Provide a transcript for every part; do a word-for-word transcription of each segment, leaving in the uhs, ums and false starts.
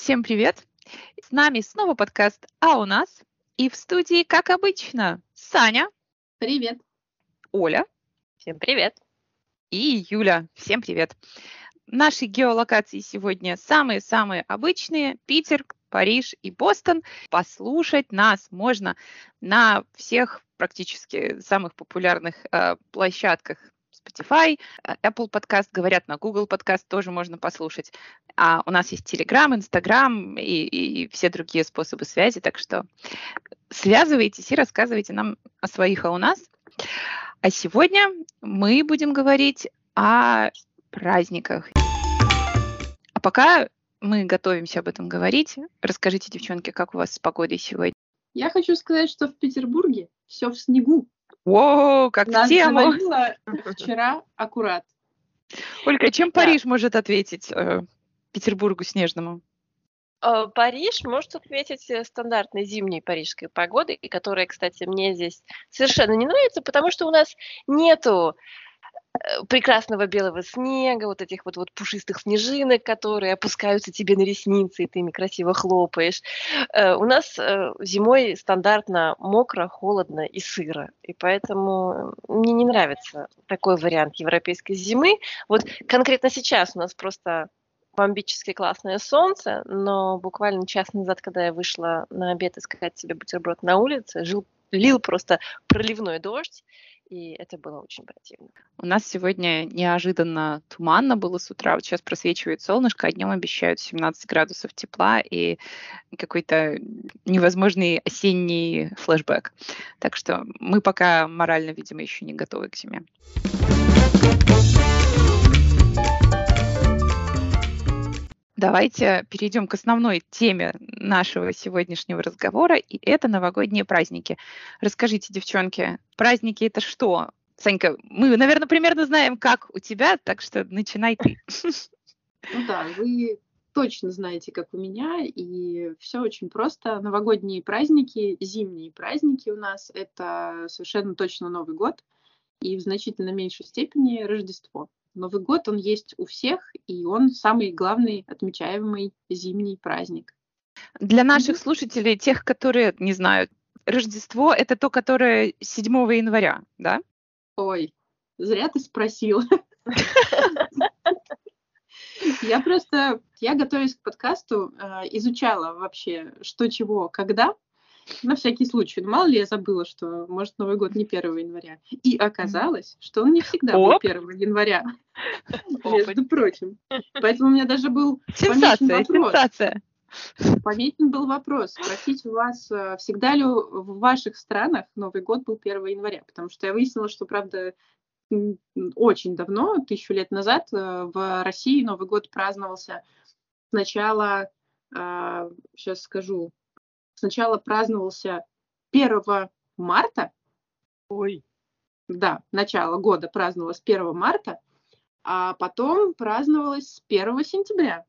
Всем привет! С нами снова подкаст «А у нас?» И в студии, как обычно, Саня. Привет. Оля. Всем привет. И Юля. Всем привет. Наши геолокации сегодня самые-самые обычные. Питер, Париж и Бостон. Послушать нас можно на всех практически самых популярных э, площадках. Spotify, Apple Podcast, говорят, на Google Podcast тоже можно послушать. А у нас есть Telegram, Instagram и, и все другие способы связи, так что связывайтесь и рассказывайте нам о своих «А у нас». А сегодня мы будем говорить о праздниках. А пока мы готовимся об этом говорить, расскажите, девчонки, как у вас с погодой сегодня? Я хочу сказать, что в Петербурге все в снегу. О, как Нас в тему! завалило вчера аккурат. Ольга, чем Да. Париж может ответить э, Петербургу снежному? Э, Париж может ответить э, стандартной зимней парижской погодой, и которая, кстати, мне здесь совершенно не нравится, потому что у нас нету э, прекрасного белого снега, вот этих вот, вот пушистых снежинок, которые опускаются тебе на ресницы, и ты ими красиво хлопаешь. Э, У нас э, зимой стандартно мокро, холодно и сыро, и поэтому мне не нравится такой вариант европейской зимы. Вот конкретно сейчас у нас просто бомбически классное солнце, но буквально час назад, когда я вышла на обед искать себе бутерброд на улице, жил, лил просто проливной дождь, и это было очень противно. У нас сегодня неожиданно туманно было с утра. Вот сейчас просвечивает солнышко, а днем обещают семнадцать градусов тепла и какой-то невозможный осенний флешбэк. Так что мы пока морально, видимо, еще не готовы к зиме. Давайте перейдем к основной теме нашего сегодняшнего разговора, и это новогодние праздники. Расскажите, девчонки, праздники — это что? Санька, мы, наверное, примерно знаем, как у тебя, так что начинай ты. Ну да, вы точно знаете, как у меня, и все очень просто. Новогодние праздники, зимние праздники у нас — это совершенно точно Новый год, и в значительно меньшей степени Рождество. Новый год, он есть у всех, и он самый главный отмечаемый зимний праздник. Для наших слушателей, тех, которые не знают, Рождество — это то, которое седьмого января, да? Ой, зря ты спросил. Я просто, я, готовясь к подкасту, изучала вообще, что, чего, когда, на всякий случай. Ну, мало ли я забыла, что, может, Новый год не первого января. И оказалось, что он не всегда был Оп. первого января, Опыт. между прочим. Поэтому у меня даже был помечен Сенсация, вопрос. сенсация. Помечен был вопрос, спросить у вас, э, всегда ли в ваших странах Новый год был первого января, потому что я выяснила, что, правда, м, очень давно, тысячу лет назад, э, в России Новый год праздновался сначала, сейчас скажу, сначала праздновался первого марта, Ой. да, начало года праздновалось первого марта, а потом праздновалось с первого сентября.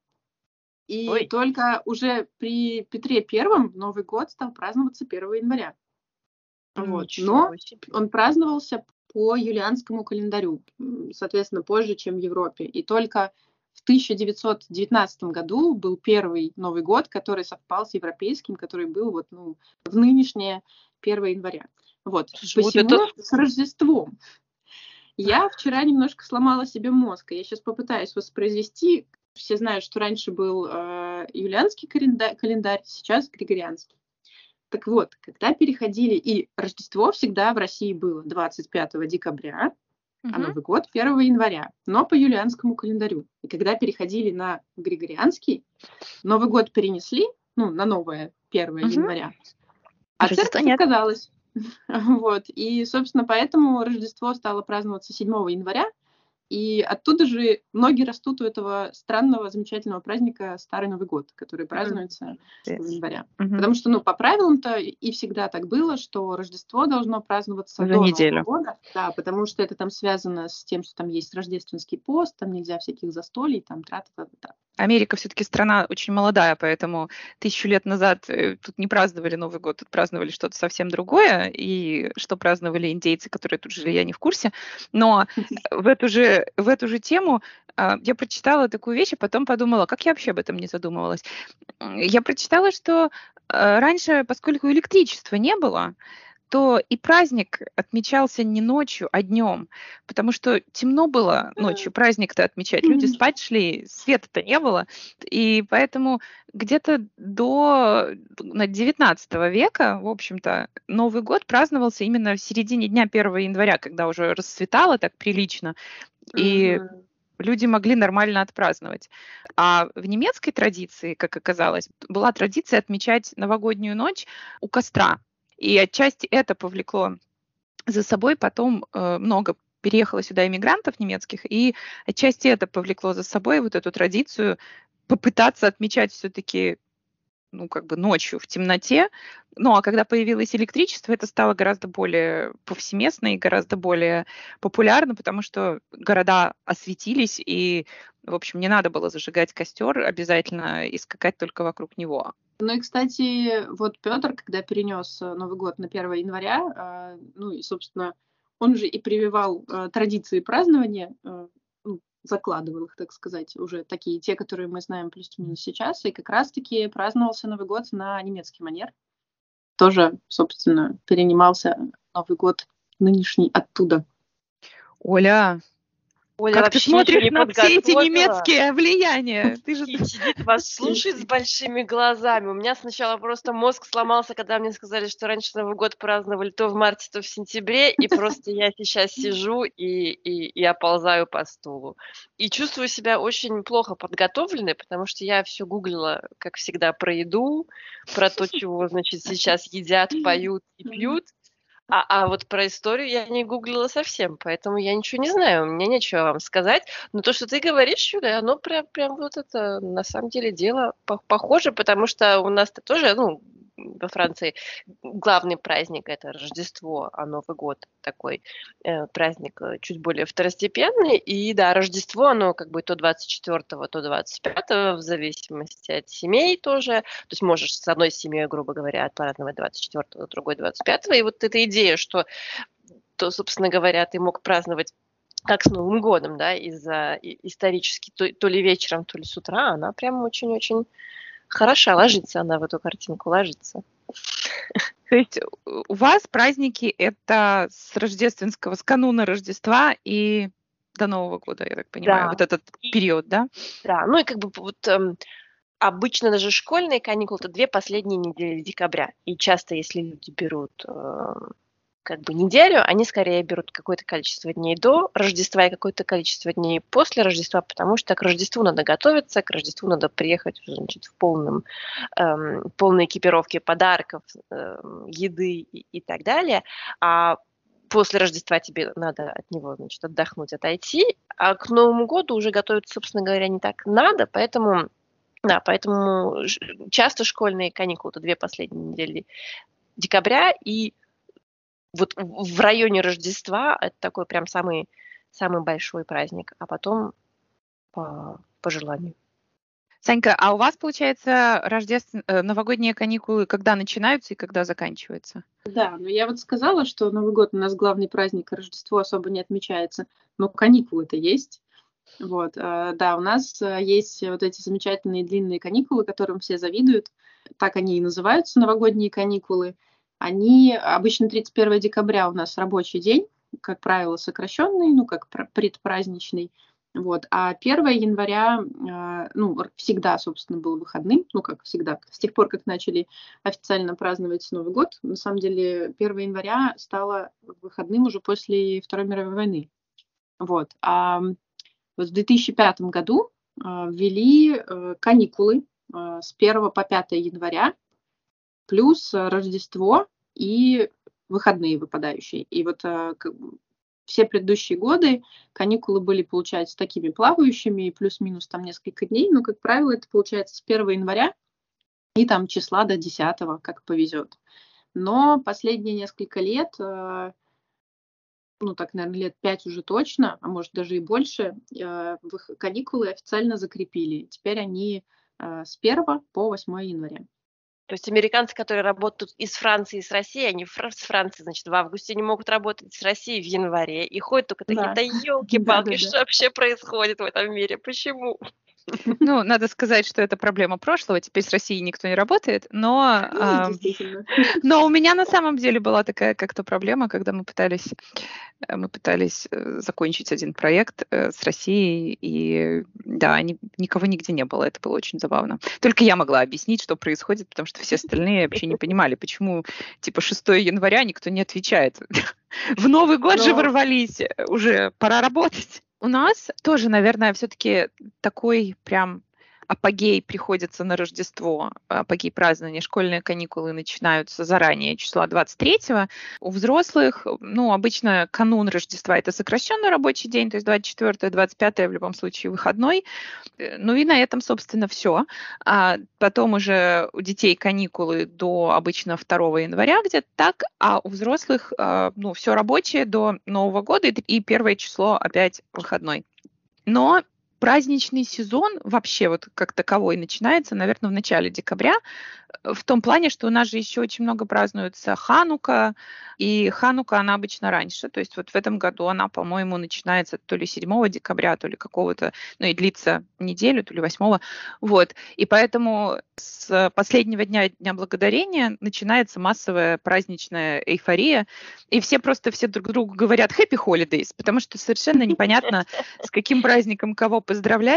И Ой. только уже при Петре Первом Новый год стал праздноваться первого января. Вот. Но Ничего себе. он праздновался по юлианскому календарю, м, соответственно, позже, чем в Европе. И только в тысяча девятьсот девятнадцатом году был первый Новый год, который совпал с европейским, который был вот, ну, в нынешнее первого января. Вот. Слушай, вот Посему это- с Рождеством. Я вчера немножко сломала себе мозг, и я сейчас попытаюсь воспроизвести. Все знают, что раньше был э, юлианский календарь, календарь, сейчас григорианский. Так вот, когда переходили, и Рождество всегда в России было двадцать пятого декабря, а Мгм. Новый год первого января, но по юлианскому календарю. И когда переходили на григорианский, Новый год перенесли, ну, на новое первое Мгм. января, а Рождества церковь нет. отказалась. Вот. И, собственно, поэтому Рождество стало праздноваться седьмого января, и оттуда же ноги растут у этого странного, замечательного праздника Старый Новый год, который празднуется в январе. Мгм. Потому что, ну, по правилам-то и всегда так было, что Рождество должно праздноваться За до неделю. Нового года. Да, потому что это там связано с тем, что там есть рождественский пост, там нельзя всяких застолий, там тра-та-та-та. Америка все-таки страна очень молодая, поэтому тысячу лет назад э, тут не праздновали Новый год, тут праздновали что-то совсем другое. И что праздновали индейцы, которые тут жили, я не в курсе. Но в эту же, в эту же тему а, я прочитала такую вещь, и потом подумала, как я вообще об этом не задумывалась. М, Я прочитала, что э, раньше, поскольку электричества не было, то и праздник отмечался не ночью, а днем, потому что темно было ночью, праздник-то отмечать, люди спать шли, света-то не было, и поэтому где-то до на девятнадцатого века, в общем-то, Новый год праздновался именно в середине дня первого января, когда уже расцветало так прилично, и Мгм. люди могли нормально отпраздновать. А в немецкой традиции, как оказалось, была традиция отмечать новогоднюю ночь у костра. И отчасти это повлекло за собой потом э, много переехало сюда иммигрантов немецких, и отчасти это повлекло за собой вот эту традицию попытаться отмечать все-таки ну, как бы ночью в темноте. Ну, а когда появилось электричество, это стало гораздо более повсеместно и гораздо более популярно, потому что города осветились, и, в общем, не надо было зажигать костер обязательно и скакать только вокруг него. Ну и, кстати, вот Петр, когда перенес э, Новый год на первое января, а, ну и, собственно, он же и прививал э, традиции празднования, э, ну, закладывал их, так сказать, уже такие, те, которые мы знаем плюс-минус сейчас, и как раз-таки праздновался Новый год на немецкий манер. Тоже, собственно, перенимался Новый год нынешний оттуда. Оля, Оля как ты вообще ничего смотришь не на все эти подготовила. немецкие влияния? Ты же... И сидит, вас слушает с большими глазами. У меня сначала просто мозг сломался, когда мне сказали, что раньше Новый год праздновали то в марте, то в сентябре, и просто я сейчас сижу и, и, и оползаю по стулу. И чувствую себя очень плохо подготовленной, потому что я все гуглила, как всегда, про еду, про то, чего, значит, сейчас едят, поют и пьют. А, а вот про историю я не гуглила совсем, поэтому я ничего не знаю, у меня нечего вам сказать. Но то, что ты говоришь, Юля, оно прям, прям вот это на самом деле дело по- похоже, потому что у нас-то тоже, ну, во Франции главный праздник это Рождество, а Новый год такой э, праздник э, чуть более второстепенный. И да, Рождество, оно как бы то двадцать четвёртого, то двадцать пятого, в зависимости от семей тоже. То есть можешь с одной семьей, грубо говоря, отпраздновать двадцать четвёртого, другой двадцать пятого. И вот эта идея, что, то, собственно говоря, ты мог праздновать как с Новым годом, да, из-за и- исторически то, то ли вечером, то ли с утра, она прям очень-очень хороша, ложится она в эту картинку, ложится. То есть у вас праздники это с рождественского, с кануна Рождества и до Нового года, я так понимаю, Да, вот этот и, период, да? да, ну и как бы вот эм, обычно даже школьные каникулы это две последние недели декабря. И часто, если люди берут эм, как бы неделю, они скорее берут какое-то количество дней до Рождества и какое-то количество дней после Рождества, потому что к Рождеству надо готовиться, к Рождеству надо приехать, значит, в полном, эм, полной экипировке подарков, эм, еды и, и так далее. А после Рождества тебе надо от него, значит, отдохнуть, отойти, а к Новому году уже готовиться, собственно говоря, не так надо, поэтому, да, поэтому ж- часто школьные каникулы это две последние недели декабря, и вот в в районе Рождества это такой прям самый самый большой праздник, а потом по по желанию. Санька, а у вас, получается, рождествен... э, новогодние каникулы когда начинаются и когда заканчиваются? Да, но я вот сказала, что Новый год у нас главный праздник, а Рождество особо не отмечается, но каникулы-то есть. Вот, э, да, у нас э, есть вот эти замечательные длинные каникулы, которым все завидуют. Так они и называются, новогодние каникулы. Они обычно тридцать первого декабря у нас рабочий день, как правило, сокращенный, ну, как пр- предпраздничный. Вот. А первого января, э, ну, р- всегда, собственно, был выходным, ну, как всегда, с тех пор, как начали официально праздновать Новый год. На самом деле, первого января стало выходным уже после Второй мировой войны. Вот. А вот в две тысячи пятом году а, ввели э, каникулы а, с первого по пятое января, плюс а, Рождество и выходные выпадающие. И вот а, как бы все предыдущие годы каникулы были, получается, такими плавающими, плюс-минус там несколько дней, но, как правило, это получается с первого января и там числа до десятого, как повезет. Но последние несколько лет а, ну так, наверное, лет пять уже точно, а может даже и больше, э, в их каникулы официально закрепили. Теперь они э, с первого по восьмое января. То есть американцы, которые работают из Франции и с Россией, они фр- с Франции, значит, в августе не могут работать, с Россией в январе. И ходят только такие, Да. да елки-палки, Да-да-да. что вообще происходит в этом мире? Почему? Ну, надо сказать, что это проблема прошлого. Теперь с Россией никто не работает, но, Ну, а, действительно. но у меня на самом деле была такая как-то проблема, когда мы пытались, э, мы пытались э, закончить один проект э, с Россией, и да, ни- никого нигде не было. Это было очень забавно. Только я могла объяснить, что происходит, потому что все остальные вообще не понимали, почему типа шестое января никто не отвечает. В Новый год же Но ворвались, э, уже пора работать. У нас тоже, наверное, все-таки такой прям апогей приходится на Рождество, апогей празднования. Школьные каникулы начинаются заранее, числа двадцать третьего. У взрослых, ну, обычно канун Рождества – это сокращенный рабочий день, то есть двадцать четвёртое, двадцать пятое в любом случае выходной. Э, Ну и на этом, собственно, все. А потом уже у детей каникулы до обычно второго января где-то так, а у взрослых, а, ну, все рабочее до Нового года, и и первое число опять выходной. Но праздничный сезон вообще вот как таковой начинается, наверное, в начале декабря, э, в том плане, что у нас же еще очень много празднуется Ханука, и Ханука, она обычно раньше, то есть вот в этом году она, по-моему, начинается то ли седьмого декабря, то ли какого-то, ну и длится неделю, то ли восьмого, вот. И поэтому с последнего дня, Дня Благодарения, начинается массовая праздничная эйфория, и все просто все друг другу говорят «Happy Holidays», потому что совершенно непонятно, с каким праздником кого поздравлять.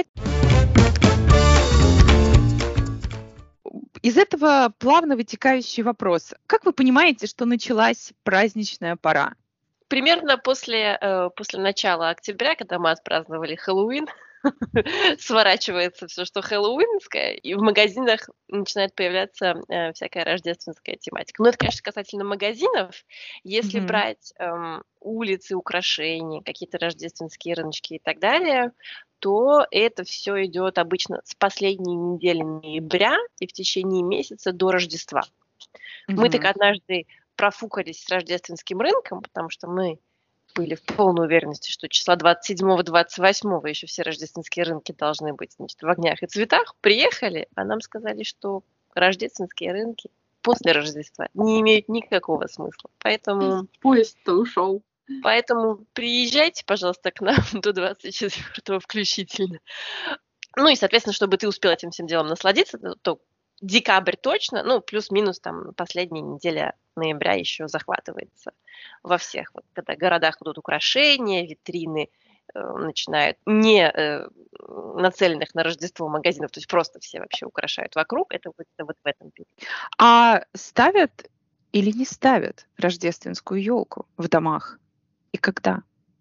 Из этого плавно вытекающий вопрос. Как вы понимаете, что началась праздничная пора? Примерно после, э, после начала октября, когда мы отпраздновали Хэллоуин, сворачивается все, что хэллоуинское, и в магазинах начинает появляться э, всякая рождественская тематика. Ну, это, конечно, касательно магазинов. Если Мгм. брать эм, улицы, украшения, какие-то рождественские рыночки и так далее, то это все идет обычно с последней недели ноября и в течение месяца до Рождества. Мы так Мгм. однажды профукались с рождественским рынком, потому что мы были в полной уверенности, что числа двадцать седьмого двадцать восьмого еще все рождественские рынки должны быть, значит, в огнях и цветах. Приехали, а нам сказали, что рождественские рынки после Рождества не имеют никакого смысла. Поэтому, поезд-то ушел. поэтому приезжайте, пожалуйста, к нам до двадцать четвёртого включительно. Ну и, соответственно, чтобы ты успел этим всем делом насладиться, то, то декабрь точно, ну, плюс-минус там последняя неделя ноября еще захватывается во всех. Вот, когда в городах будут украшения, витрины э, начинают не э, нацеленных на Рождество магазинов, то есть просто все вообще украшают вокруг, это вот, это вот в этом периоде. А ставят или не ставят рождественскую елку в домах? И когда?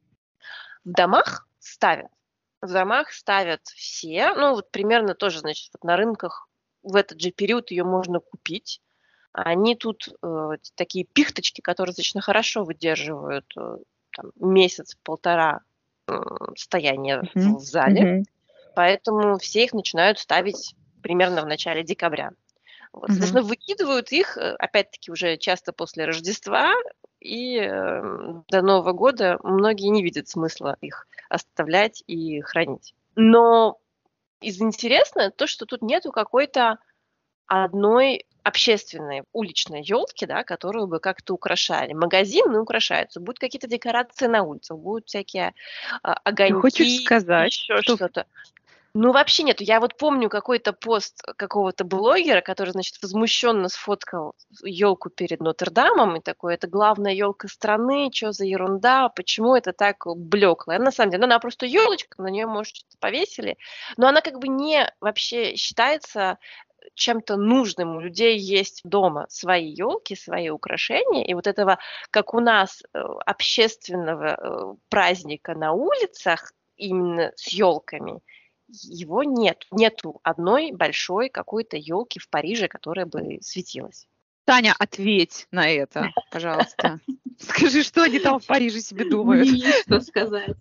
В домах ставят. В домах ставят все. Ну, вот примерно тоже, значит, вот на рынках в этот же период ее можно купить. Они тут э, такие пихточки, которые достаточно хорошо выдерживают э, там, месяц-полтора э, стояния в, Мгм. в зале. Мгм. Поэтому все их начинают ставить примерно в начале декабря. Вот, Мгм. соответственно, выкидывают их, э, опять-таки, уже часто после Рождества, и э, до Нового года многие не видят смысла их оставлять и хранить. Но из интересного то, что тут нету какой-то одной общественной уличной елки, да, которую бы как-то украшали. Магазины украшаются, будут какие-то декорации на улицах, будут всякие а, Ты хочешь огоньки, сказать, еще что в- что-то. Ну, вообще нету. Я вот помню какой-то пост какого-то блогера, который, значит, возмущенно сфоткал елку перед Нотр-Дамом и такой, это главная елка страны, что за ерунда, почему это так блекло. На самом деле, ну, она просто елочка, на нее, может, что-то повесили, но она как бы не вообще считается чем-то нужным. У людей есть дома свои елки, свои украшения, и вот этого, как у нас, э, общественного э, праздника на улицах, именно с елками, его нет. Нету одной большой какой-то елки в Париже, которая бы светилась. Таня, ответь на это, пожалуйста. Скажи, что они там в Париже себе думают. Мне есть что сказать.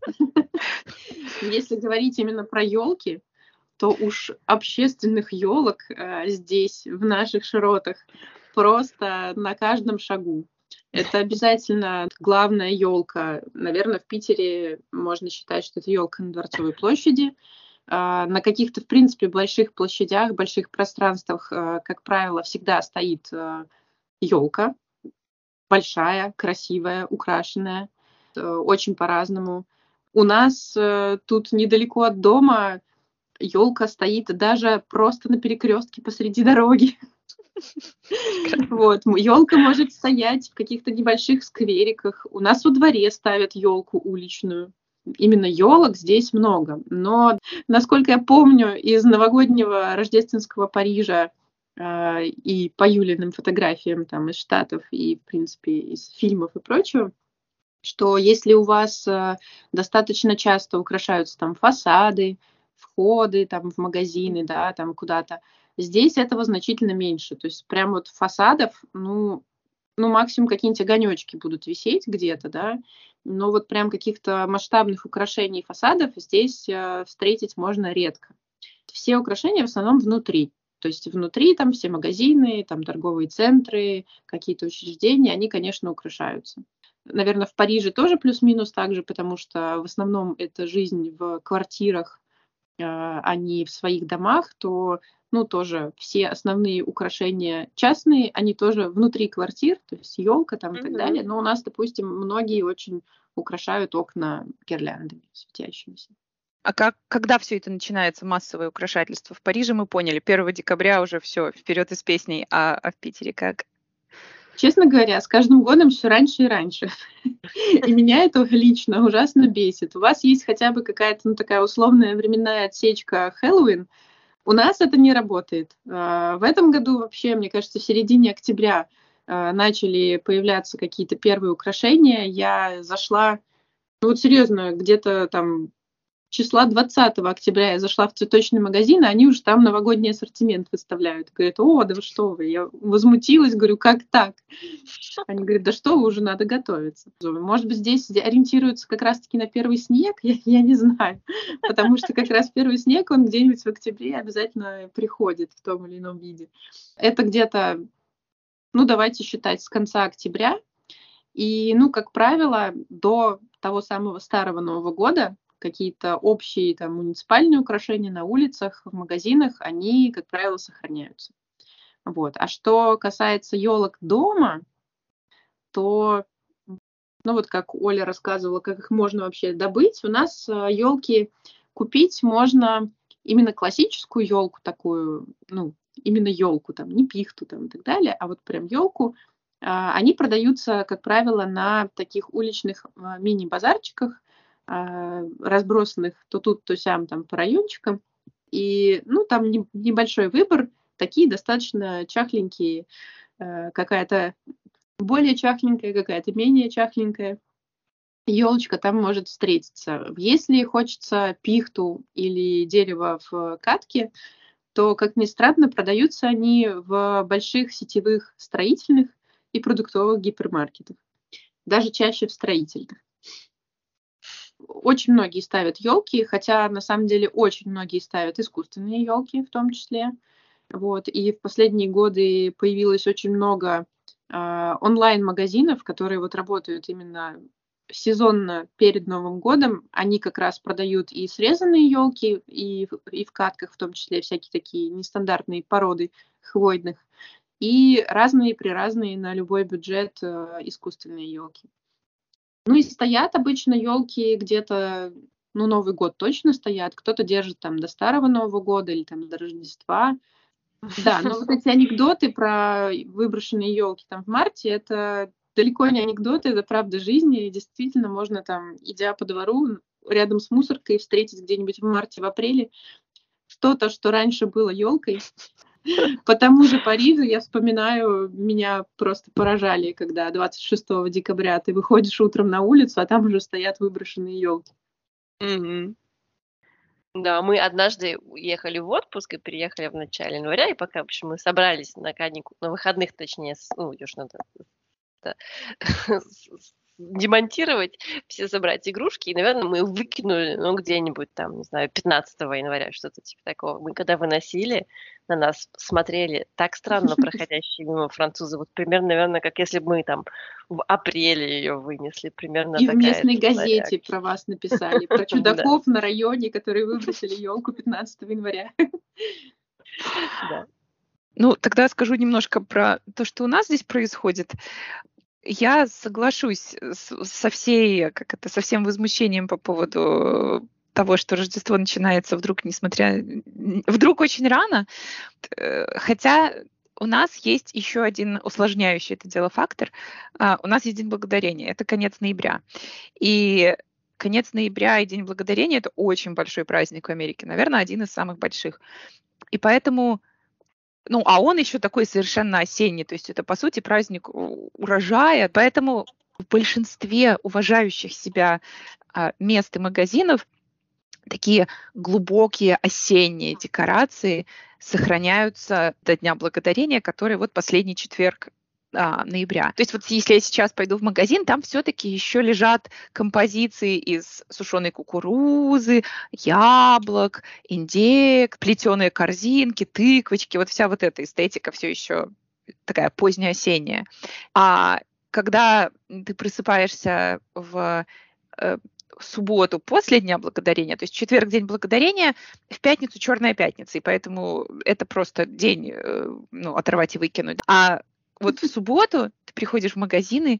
Если говорить именно про елки, то уж общественных елок э, здесь, в наших широтах, просто на каждом шагу. Это обязательно главная елка. Наверное, в Питере можно считать, что это елка на Дворцовой площади. А, На каких-то, в принципе, больших площадях, больших пространствах, а, как правило, всегда стоит елка. Большая, красивая, украшенная. Э, Очень по-разному. У нас э, тут недалеко от дома елка стоит даже просто на перекрестке посреди дороги. Вот, елка может стоять в каких-то небольших сквериках. У нас во дворе ставят елку уличную. Именно елок здесь много. Но, насколько я помню, из новогоднего рождественского Парижа э, и по Юлиным фотографиям там из Штатов и, в принципе, из фильмов и прочего, что если у вас э, достаточно часто украшаются там фасады, входы там в магазины, да, там куда-то, здесь этого значительно меньше. То есть прям вот фасадов, ну, ну максимум какие-нибудь огонечки будут висеть где-то, да, но вот прям каких-то масштабных украшений фасадов здесь э, встретить можно редко. Все украшения в основном внутри. То есть внутри там все магазины, там торговые центры, какие-то учреждения, они, конечно, украшаются. Наверное, в Париже тоже плюс-минус так же, потому что в основном это жизнь в квартирах, а а не в своих домах, то, ну, тоже все основные украшения частные, они тоже внутри квартир, то есть елка там и так Мгм. далее. Но у нас, допустим, многие очень украшают окна гирляндами светящимися. А как, когда все это начинается, массовое украшательство? В Париже мы поняли, первого декабря уже все, вперед из песней, а, а в Питере как? Честно говоря, с каждым годом все раньше и раньше. И меня это лично ужасно бесит. У вас есть хотя бы какая-то, ну, такая условная временная отсечка Хэллоуин. У нас это не работает. А, В этом году вообще, мне кажется, в середине октября а, начали появляться какие-то первые украшения. Я зашла, ну вот серьезно, где-то там числа двадцатого октября я зашла в цветочный магазин, а они уже там новогодний ассортимент выставляют. Говорят: о, да вы что вы. Я возмутилась, говорю: как так? Они говорят: да что вы, уже надо готовиться. Может быть, здесь ориентируются как раз-таки на первый снег, я, я не знаю. Потому что как раз первый снег, он где-нибудь в октябре обязательно приходит в том или ином виде. Это где-то, ну давайте считать, с конца октября. И, ну, как правило, до того самого Старого Нового года какие-то общие там муниципальные украшения на улицах, в магазинах, они, как правило, сохраняются. Вот. А что касается елок дома, то, ну вот как Оля рассказывала, как их можно вообще добыть, у нас елки купить можно именно классическую елку такую, ну, именно елку, там, не пихту там и так далее, а вот прям елку. Они продаются, как правило, на таких уличных а, мини-базарчиках, а, разбросанных то тут, то сям там по райончикам. И, ну, там не- небольшой выбор, такие достаточно чахленькие, э, какая-то более чахленькая, какая-то менее чахленькая елочка там может встретиться. Если хочется пихту или дерево в катке, то, как ни странно, продаются они в больших сетевых строительных и продуктовых гипермаркетах. Даже чаще в строительных. Очень многие ставят елки, хотя на самом деле очень многие ставят искусственные елки в том числе. Вот. И в последние годы появилось очень много а, онлайн-магазинов, которые вот работают именно сезонно перед Новым годом. Они как раз продают и срезанные елки, и, в- и в катках, в том числе всякие такие нестандартные породы хвойных, и разные приразные на любой бюджет э, искусственные елки. Ну и стоят обычно елки где-то, ну, Новый год точно стоят. Кто-то держит там до Старого Нового года или там до Рождества. Да, но вот эти анекдоты про выброшенные елки там в марте, это далеко не анекдоты, это правда жизни. И действительно можно там, идя по двору, рядом с мусоркой встретить где-нибудь в марте, в апреле что-то, что раньше было елкой. По тому же Парижу я вспоминаю, меня просто поражали, когда двадцать шестого декабря ты выходишь утром на улицу, а там уже стоят выброшенные елки. Мгм. Да, мы однажды уехали в отпуск и приехали в начале января, и пока, в общем, мы собрались на каникул, на выходных, точнее, с- ну, уж надо, да, с, демонтировать, все собрать игрушки, и, наверное, мы выкинули, ну, где-нибудь там, не знаю, пятнадцатого января, что-то типа такого. Мы когда выносили, на нас смотрели так странно проходящие мимо французы. Вот примерно, наверное, как если бы мы там в апреле ее вынесли. Примерно И в такая местной же была газете реакция. про вас написали, про Да. чудаков на районе, которые выбросили елку пятнадцатого января. Да. Ну, тогда скажу немножко про то, что у нас здесь происходит. Я соглашусь с- со всей, как это, со всем возмущением по поводу того, что Рождество начинается вдруг, несмотря, вдруг очень рано, Э, хотя у нас есть еще один усложняющий это дело фактор. А, У нас есть День Благодарения, это конец ноября. И конец ноября и День Благодарения — это очень большой праздник в Америке, наверное, один из самых больших. И поэтому, ну, а он еще такой совершенно осенний, то есть это, по сути, праздник у- урожая. Поэтому в большинстве уважающих себя а, мест и магазинов такие глубокие осенние декорации сохраняются до Дня Благодарения, который вот последний четверг а, ноября. То есть вот если я сейчас пойду в магазин, там все-таки еще лежат композиции из сушеной кукурузы, яблок, индейк, плетеные корзинки, тыквочки, вот вся вот эта эстетика все еще такая позднеосенняя. А когда ты просыпаешься в э, субботу после Дня Благодарения, то есть четверг — День Благодарения, в пятницу Черная пятница, и поэтому это просто день, э, ну, оторвать и выкинуть. А вот в субботу ты приходишь в магазины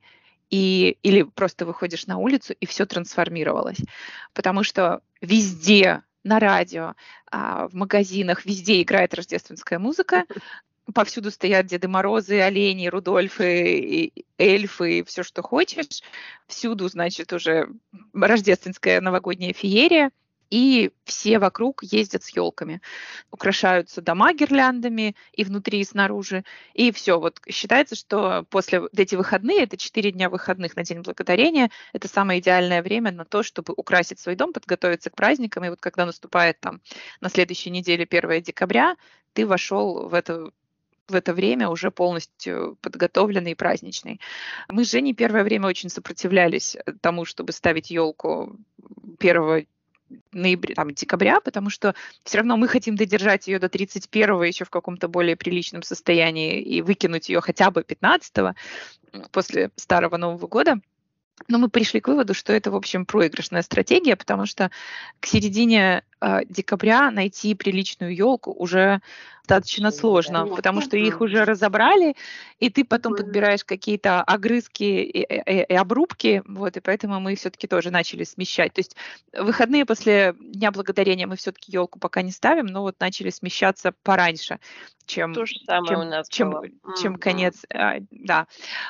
и, или просто выходишь на улицу, и все трансформировалось. Потому что везде, на радио, а, в магазинах, везде играет рождественская музыка, повсюду стоят Деды Морозы, олени, Рудольфы, и эльфы, и все, что хочешь. Всюду, значит, уже рождественская новогодняя феерия, и все вокруг ездят с елками. Украшаются дома гирляндами и внутри, и снаружи. И все. Вот считается, что после вот эти выходные, это четыре дня выходных на День Благодарения, это самое идеальное время на то, чтобы украсить свой дом, подготовиться к праздникам. И вот когда наступает там на следующей неделе первое декабря, ты вошел в это в это время уже полностью подготовленный и праздничный. Мы с Женей первое время очень сопротивлялись тому, чтобы ставить елку первого ноября, там, декабря, потому что все равно мы хотим додержать ее до тридцать первого еще в каком-то более приличном состоянии и выкинуть ее хотя бы пятнадцатого после Старого Нового года. Но мы пришли к выводу, что это, в общем, проигрышная стратегия, потому что к середине э, декабря найти приличную елку уже достаточно сложно, Да. потому что их уже разобрали, и ты потом Прикольно. подбираешь какие-то огрызки и, и- и обрубки, вот, и поэтому мы все-таки тоже начали смещать. То есть в выходные после Дня Благодарения мы все-таки елку пока не ставим, но вот начали смещаться пораньше, чем, То же самое у чем, нас чем, было. чем Мгм. конец, э, да.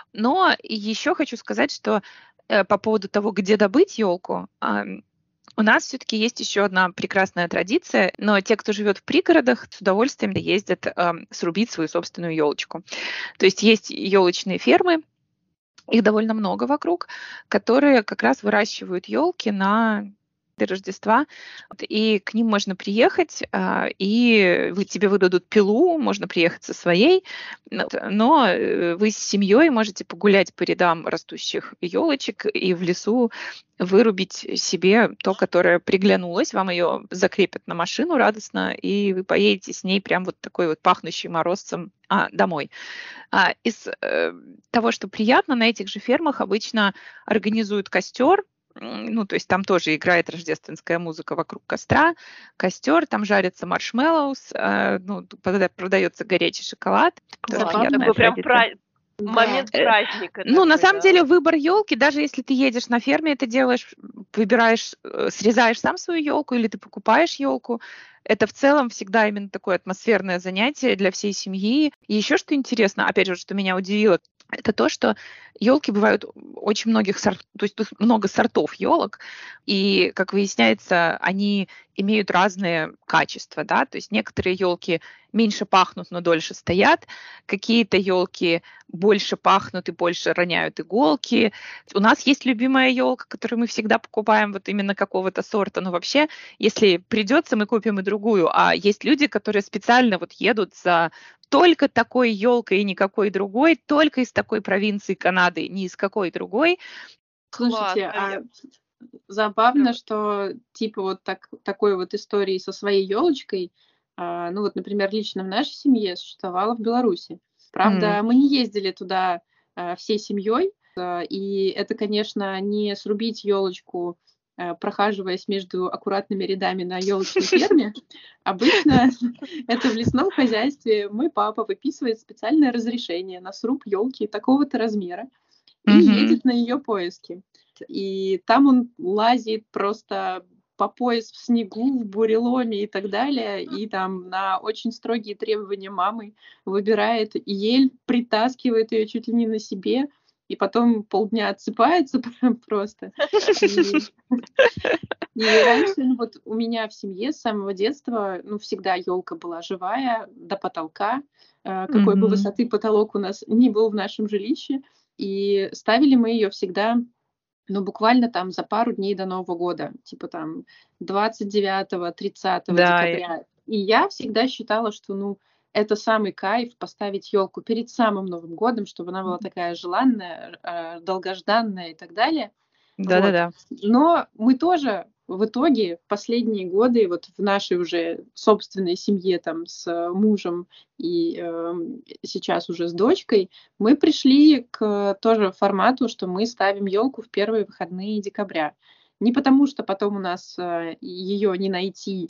Но еще хочу сказать, что э, по поводу того, где добыть елку, ам, у нас все-таки есть еще одна прекрасная традиция, но те, кто живет в пригородах, с удовольствием ездят ам, срубить свою собственную елочку. То есть есть елочные фермы, их довольно много вокруг, которые как раз выращивают елки на Рождества, Вот, и к ним можно приехать, а, и вы, тебе выдадут пилу, можно приехать со своей, но но, э, вы с семьей можете погулять по рядам растущих елочек и в лесу вырубить себе то, которое приглянулось, вам ее закрепят на машину радостно, и вы поедете с ней прям вот такой вот пахнущий морозцем а, домой. А, из э, того, что приятно, на этих же фермах обычно организуют костер, м, ну, то есть там тоже играет рождественская музыка вокруг костра, костер, там жарятся маршмеллоус, э, ну, прода- продается горячий шоколад, тоже Класс. приятная Такой прям традиция. пра- момент Э, праздника Ну, на такой, самом да. деле, выбор елки, даже если ты едешь на ферме, это делаешь, выбираешь, э, срезаешь сам свою елку или ты покупаешь елку, это в целом всегда именно такое атмосферное занятие для всей семьи. И еще что интересно, опять же, что меня удивило, это то, что елки бывают очень многих сортов, то есть тут много сортов елок, и, как выясняется, они имеют разные качества, да, то есть некоторые елки меньше пахнут, но дольше стоят, какие-то елки больше пахнут и больше роняют иголки. У нас есть любимая елка, которую мы всегда покупаем вот именно какого-то сорта, но вообще, если придется, мы купим и другую, а есть люди, которые специально вот едут за только такой елкой и никакой другой, только из такой провинции Канады, ни из какой другой. Слушайте, Классно. а Я- забавно, что типа вот так, такой вот истории со своей елочкой, а, ну вот, например, лично в нашей семье существовало в Беларуси. Правда, М. мы не ездили туда а, всей семьей, а, и это, конечно, не срубить елочку, а, прохаживаясь между аккуратными рядами на елочной ферме. Обычно это в лесном хозяйстве мой папа выписывает специальное разрешение на сруб елки такого-то размера и Мгм. едет на ее поиски. И там он лазит просто по пояс в снегу, в буреломе и так далее, и там на очень строгие требования мамы выбирает ель, притаскивает ее чуть ли не на себе, и потом полдня отсыпается просто. И, и раньше, ну вот у меня в семье с самого детства, ну всегда елка была живая до потолка, э, какой бы Мгм. высоты потолок у нас ни был в нашем жилище, и ставили мы ее всегда, ну, буквально там за пару дней до Нового года, типа там двадцать девятого тридцатого Да, и декабря. И я всегда считала, что, ну, это самый кайф поставить елку перед самым Новым годом, чтобы она была такая желанная, э, долгожданная и так далее. Вот. да-да-да. Но мы тоже в итоге в последние годы вот в нашей уже собственной семье там с э, мужем и эм, сейчас уже с дочкой мы пришли к тоже формату, что мы ставим елку в первые выходные декабря. Не потому, что потом у нас ее не найти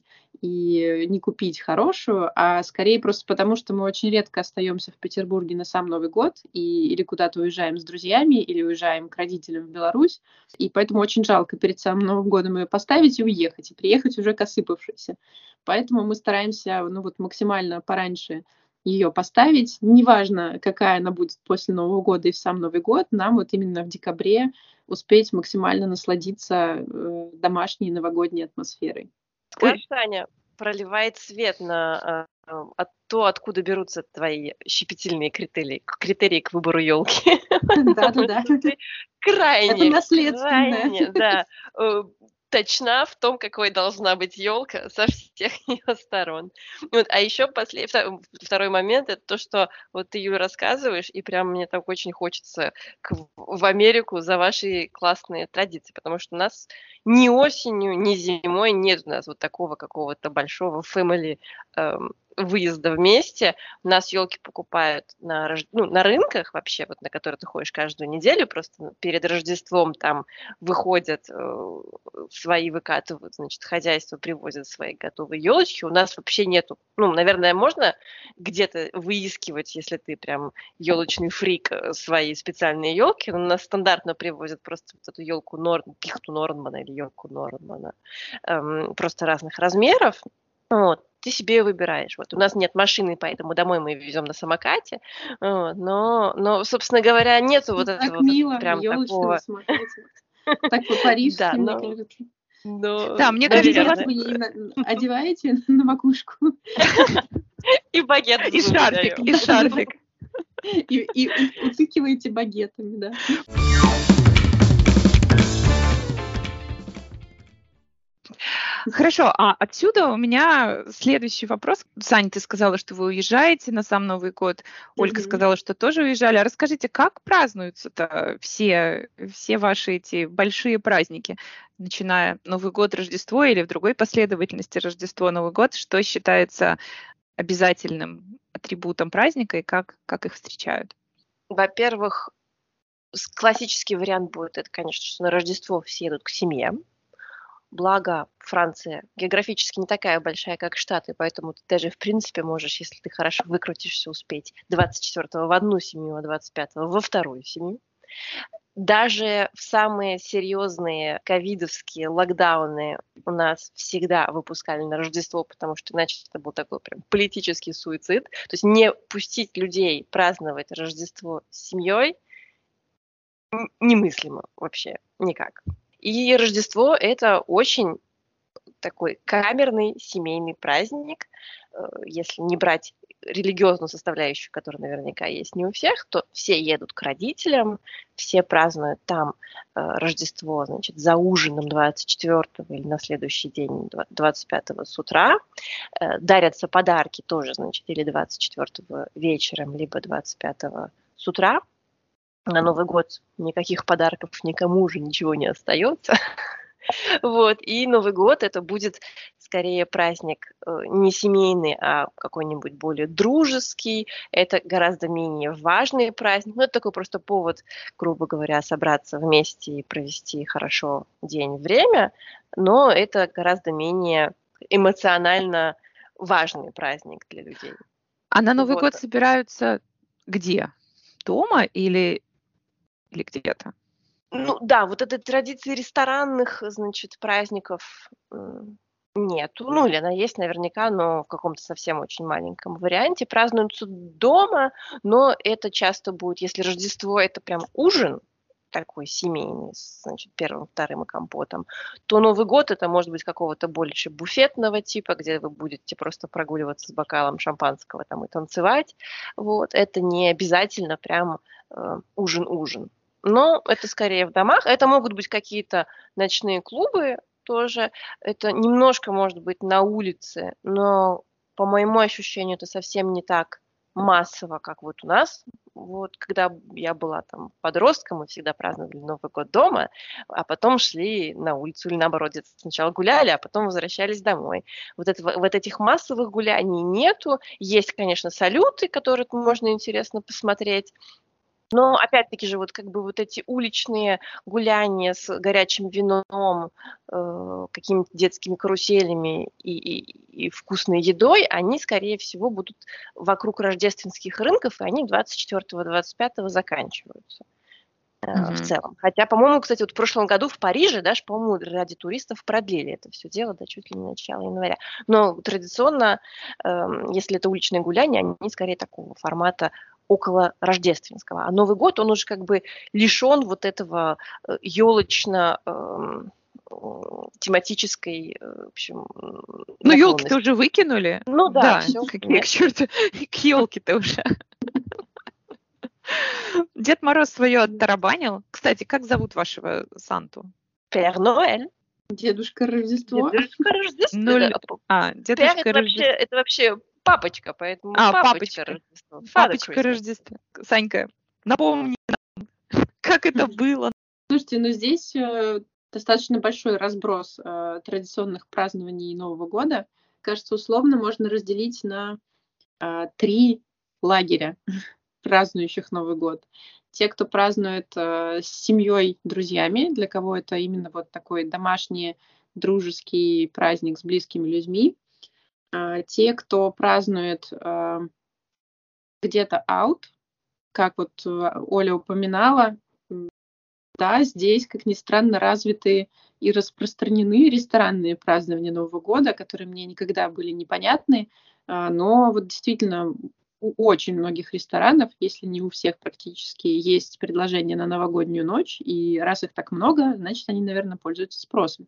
и не купить хорошую, а скорее просто потому, что мы очень редко остаемся в Петербурге на сам Новый год и, или куда-то уезжаем с друзьями, или уезжаем к родителям в Беларусь. И поэтому очень жалко перед самым Новым годом ее поставить и уехать, и приехать уже к осыпавшейся. Поэтому мы стараемся ну, вот, максимально пораньше ее поставить. Неважно, какая она будет после Нового года и в сам Новый год, нам вот именно в декабре успеть максимально насладиться э, домашней новогодней атмосферой. Ой, Скажешь, Таня, проливает свет на а, а, от то, откуда берутся твои щепетильные критерии, к- критерии к выбору елки. Потому да-да-да, что ты это крайне, наследственное. крайне, да, э, точна в том, какой должна быть елка со всех ее сторон. Вот, а еще после, вто- второй момент, это то, что вот ты, Юля, рассказываешь, и прям мне так очень хочется к- в Америку за ваши классные традиции, потому что у нас ни осенью, ни зимой нет у нас вот такого какого-то большого family эм, выезда вместе. У нас елки покупают на, рож- ну, на рынках вообще, вот на которые ты ходишь каждую неделю, просто перед Рождеством там выходят, э, свои выкатывают, значит, хозяйство привозят свои готовые елочки. У нас вообще нету, ну, наверное, можно где-то выискивать, если ты прям елочный фрик, э, свои специальные елки. У нас стандартно привозят просто вот эту елку Норн, пихту Норнмана или елку Норнмана, эм, просто разных размеров. Вот. Ты себе выбираешь. Вот у нас нет машины, поэтому домой мы везем на самокате. Вот. Но, но, собственно говоря, нету вот Так этого вот мило, прям елочка на такого. самокате. Так Да, по-парижски, мне но, кажется. Да, но, мне А кажется, у берет вас наверное. вы ей на- одеваете на макушку И багет и Зуми шарфик, даем. и да-да-да. шарфик. и, и у- утыкиваете багетами, да. Хорошо, а отсюда у меня следующий вопрос. Саня, ты сказала, что вы уезжаете на сам Новый год. Ольга Мгм. сказала, что тоже уезжали. А расскажите, как празднуются-то все, все ваши эти большие праздники, начиная Новый год, Рождество или в другой последовательности Рождество, Новый год? Что считается обязательным атрибутом праздника и как, как их встречают? Во-первых, с- классический вариант будет, это, конечно, что на Рождество все едут к семье. Благо, Франция географически не такая большая, как Штаты, поэтому ты даже, в принципе, можешь, если ты хорошо выкрутишься, успеть двадцать четвёртого в одну семью, а двадцать пятого во вторую семью. Даже в самые серьезные ковидовские локдауны у нас всегда выпускали на Рождество, потому что иначе это был такой прям политический суицид. То есть не пустить людей праздновать Рождество с семьей н- немыслимо вообще никак. И Рождество – это очень такой камерный семейный праздник. Э, Если не брать религиозную составляющую, которая наверняка есть не у всех, то все едут к родителям, все празднуют там э, Рождество, значит, за ужином двадцать четвёртого или на следующий день два- двадцать пятого с утра. Э, Дарятся подарки тоже, значит, или двадцать четвёртого вечером, либо двадцать пятого с утра. на Новый год никаких подарков никому уже ничего не остается. Вот, и Новый год это будет скорее праздник э, не семейный, а какой-нибудь более дружеский. Это гораздо менее важный праздник. Ну, это такой просто повод, грубо говоря, собраться вместе и провести хорошо день, время. Но это гораздо менее эмоционально важный праздник для людей. А на Новый Вот. год собираются где? Дома или, или где-то? Ну да, вот этой традиции ресторанных, значит, праздников м, нету. Ну, или она есть наверняка, но в каком-то совсем очень маленьком варианте. Празднуются дома, но это часто будет, если Рождество это прям ужин такой семейный, с, значит, первым, вторым и компотом, то Новый год это может быть какого-то больше буфетного типа, где вы будете просто прогуливаться с бокалом шампанского там и танцевать. Вот. Это не обязательно прям э, ужин-ужин. Но это скорее в домах. Это могут быть какие-то ночные клубы тоже. Это немножко может быть на улице, но по моему ощущению это совсем не так массово, как вот у нас. Вот когда я была там подростком, мы всегда праздновали Новый год дома, а потом шли на улицу или наоборот, где-то сначала гуляли, а потом возвращались домой. Вот, это, вот этих массовых гуляний нету. Есть, конечно, салюты, которые можно интересно посмотреть. Но опять-таки же вот как бы вот эти уличные гуляния с горячим вином, э, какими-то детскими каруселями и, и, и вкусной едой, они, скорее всего, будут вокруг рождественских рынков, и они двадцать четвёртого — двадцать пятого заканчиваются э, Мгм. в целом. Хотя, по-моему, кстати, вот в прошлом году в Париже даже, по-моему, ради туристов продлили это все дело до чуть ли не начала января. Но традиционно, э, если это уличные гуляния, они скорее такого формата около рождественского. А Новый год, он уже как бы лишен вот этого елочно эм, тематической, э, в общем, Ну, елки-то наклонности. уже выкинули. Ну да, Да, все. какие к черту, к елке-то уже. Дед Мороз свое оттарабанил. Кстати, как зовут вашего Санту? Пер Ноэль. Дедушка Рождество. Дедушка Рождество. Ну, Да. ль- А, Пер дедушка это вообще, Рождество. это вообще папочка, поэтому А, папочка папочка. Рождество. Father Папочка Christmas. Рождества. Санька, напомни нам, как это было. Слушайте, ну здесь э, достаточно большой разброс э, традиционных празднований Нового года. Кажется, условно можно разделить на э, три лагеря празднующих Новый год. Те, кто празднует э, с семьей, друзьями, для кого это именно вот такой домашний дружеский праздник с близкими людьми. Э, те, кто празднует э, где-то out, как вот э, Оля упоминала, м, да, здесь, как ни странно, развиты и распространены ресторанные празднования Нового года, которые мне никогда были непонятны, а, но вот действительно у очень многих ресторанов, если не у всех практически, есть предложения на новогоднюю ночь, и раз их так много, значит, они, наверное, пользуются спросом.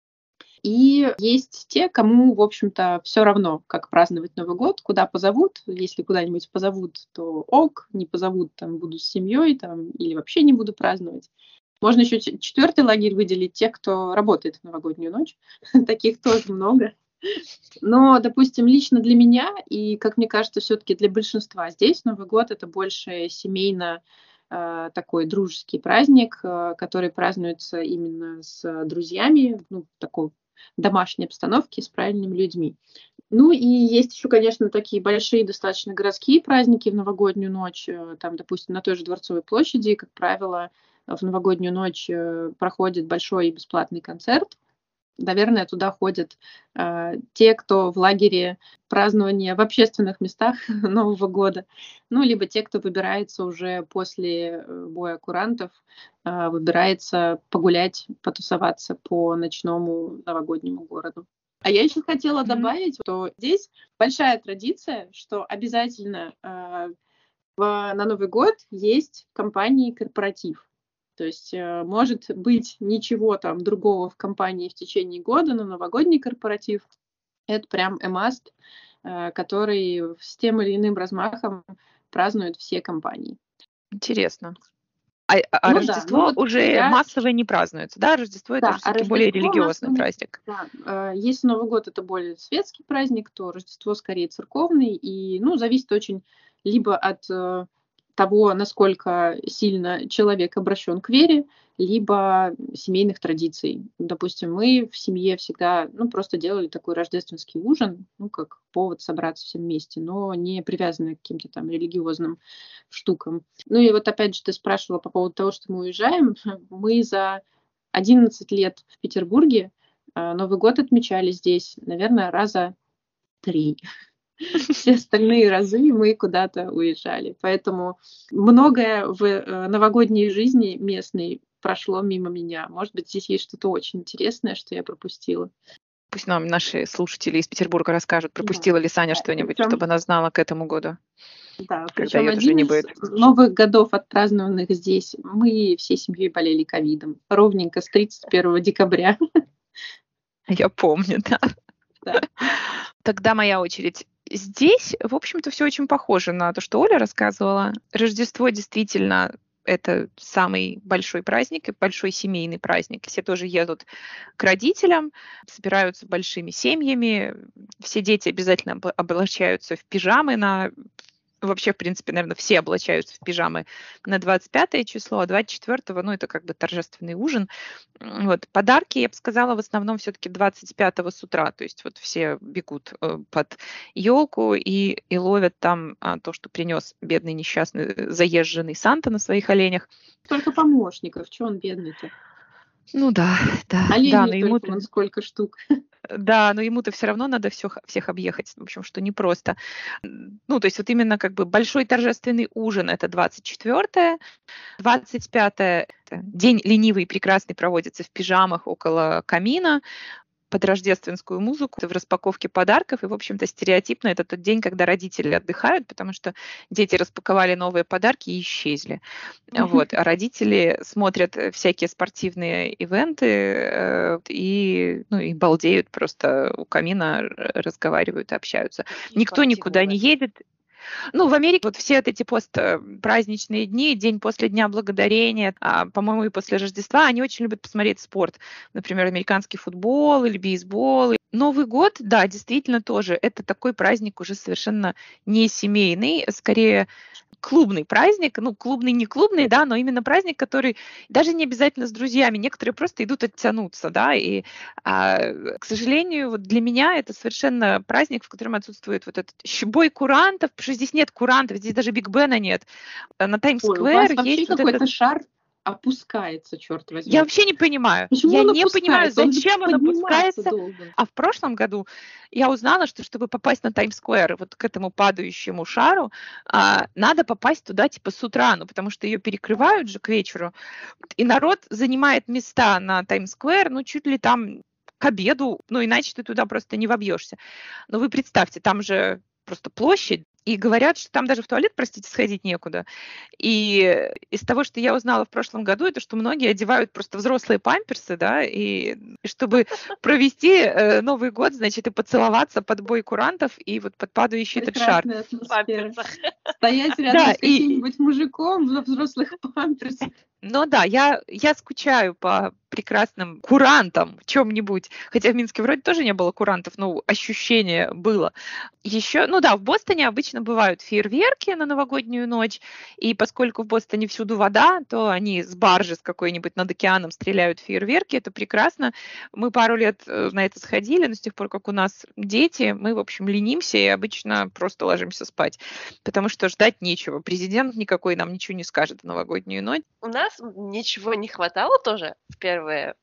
И есть те, кому, в общем-то, все равно, как праздновать Новый год, куда позовут. Если куда-нибудь позовут, то ок, не позовут, там буду с семьей, там, или вообще не буду праздновать. Можно еще четвертый лагерь выделить, тех, кто работает в новогоднюю ночь. Таких тоже много. Но, допустим, лично для меня, и, как мне кажется, все-таки для большинства здесь Новый год — это больше семейно э, такой дружеский праздник, э, который празднуется именно с друзьями, ну, в такой домашней обстановке, с правильными людьми. Ну и есть еще, конечно, такие большие достаточно городские праздники в новогоднюю ночь. Э, Там, допустим, на той же Дворцовой площади, как правило, в новогоднюю ночь э, проходит большой и бесплатный концерт. Наверное, туда ходят э, те, кто в лагере празднования в общественных местах Нового года, ну, либо те, кто выбирается уже после э, боя курантов, э, выбирается погулять, потусоваться по ночному новогоднему городу. А я еще хотела Мгм. добавить, что здесь большая традиция, что обязательно э, в- на Новый год есть компании корпоратив. То есть э, может быть ничего там другого в компании в течение года, но новогодний корпоратив — это прям a must, э, который с тем или иным размахом празднуют все компании. Интересно. А, а- а Ну да, ну Рождество вот уже я... массово не празднуется, да? Рождество это Да, же а все-таки более Рождество религиозный массово не... праздник. Да, э, если Новый год — это более светский праздник, то Рождество скорее церковный, и, ну, зависит очень либо от э, того, насколько сильно человек обращен к вере, либо семейных традиций. Допустим, мы в семье всегда, ну, просто делали такой рождественский ужин, ну, как повод собраться всем вместе, но не привязанный к каким-то там религиозным штукам. Ну и вот опять же ты спрашивала по поводу того, что мы уезжаем. Мы за одиннадцать лет в Петербурге э, Новый год отмечали здесь, наверное, раза три. Все остальные разы мы куда-то уезжали. Поэтому многое в э, новогодней жизни местной прошло мимо меня. Может быть, здесь есть что-то очень интересное, что я пропустила. Пусть нам наши слушатели из Петербурга расскажут, пропустила Да. ли Саня Да, что-нибудь, причем- чтобы она знала к этому году, Да, когда причем ее уже один не из будет. новых годов, отпразднованных здесь, мы всей семьей болели ковидом. Ровненько с тридцать первого декабря. Я помню, да. Да. Тогда моя очередь. Здесь, в общем-то, все очень похоже на то, что Оля рассказывала. Рождество действительно это самый большой праздник и большой семейный праздник. Все тоже едут к родителям, собираются большими семьями. Все дети обязательно обла- облачаются в пижамы на... Вообще, в принципе, наверное, все облачаются в пижамы на двадцать пятое число, а двадцать четвёртого, ну, это как бы торжественный ужин. М, Вот. Подарки, я бы сказала, в основном все-таки двадцать пятого с утра. То есть вот все бегут э, под елку и, и ловят там а, то, что принес бедный несчастный э, заезженный Санта на своих оленях. Только помощников, что он бедный-то? Ну да, да, да, но Оленей ему только вон сколько штук. Да, но ему-то все равно надо всё всех объехать, в общем, что непросто. М, Ну, то есть вот именно как бы большой торжественный ужин — это двадцать четвёртое, двадцать пятое — это день ленивый и прекрасный проводится в пижамах около камина под рождественскую музыку, в распаковке подарков. И, в общем-то, стереотипно это тот день, когда родители отдыхают, потому что дети распаковали новые подарки и исчезли. Вот. А родители смотрят э, всякие спортивные ивенты э, и, ну, и балдеют просто у камина, р- разговаривают, общаются. Никто никуда не едет. Ну, в Америке вот все вот эти постпраздничные дни, день после Дня Благодарения, а, по-моему, и после Рождества, они очень любят посмотреть спорт. Например, американский футбол или бейсбол. Новый год, да, действительно тоже. Это такой праздник уже совершенно не семейный, скорее клубный праздник. Ну, клубный, не клубный, да, но именно праздник, который даже не обязательно с друзьями. Некоторые просто идут оттянуться, да, и, а, к сожалению, вот для меня это совершенно праздник, в котором отсутствует вот этот щебой курантов, потому что здесь нет курантов, здесь даже Биг Бена нет. А На Ой, у Таймс-сквер вас вообще есть вот какой-то этот... шар опускается, черт возьми. Я вообще не понимаю. Почему Я он не понимаю, опускается? Он же зачем он подниматься опускается. должен. А в прошлом году я узнала, что чтобы попасть на Таймс-сквер, вот к этому падающему шару, а, надо попасть туда типа с утра, ну потому что ее перекрывают же к вечеру, и народ занимает места на Таймс-сквер, ну чуть ли там к обеду, ну иначе ты туда просто не вобьешься. Но вы представьте, там же просто площадь, и говорят, что там даже в туалет, простите, сходить некуда. И из того, что я узнала в прошлом году, это что многие одевают просто взрослые памперсы, да, и чтобы провести э, Новый год, значит, и поцеловаться под бой курантов и вот под падающий этот шар. Прекрасная В атмосфера. памперсах. Стоять рядом Да, с и, каким-нибудь мужиком во взрослых памперсах. ну да, я, я скучаю по прекрасным курантам в чем-нибудь. Хотя в Минске вроде тоже не было курантов, но ощущение было. Еще, ну да, в Бостоне обычно бывают фейерверки на новогоднюю ночь, и поскольку в Бостоне всюду вода, то они с баржи с какой-нибудь над океаном стреляют фейерверки, это прекрасно. Мы пару лет э, на это сходили, но с тех пор, как у нас дети, мы, в общем, ленимся и обычно просто ложимся спать, потому что ждать нечего. Президент никакой нам ничего не скажет в новогоднюю ночь. У нас ничего не хватало тоже в первые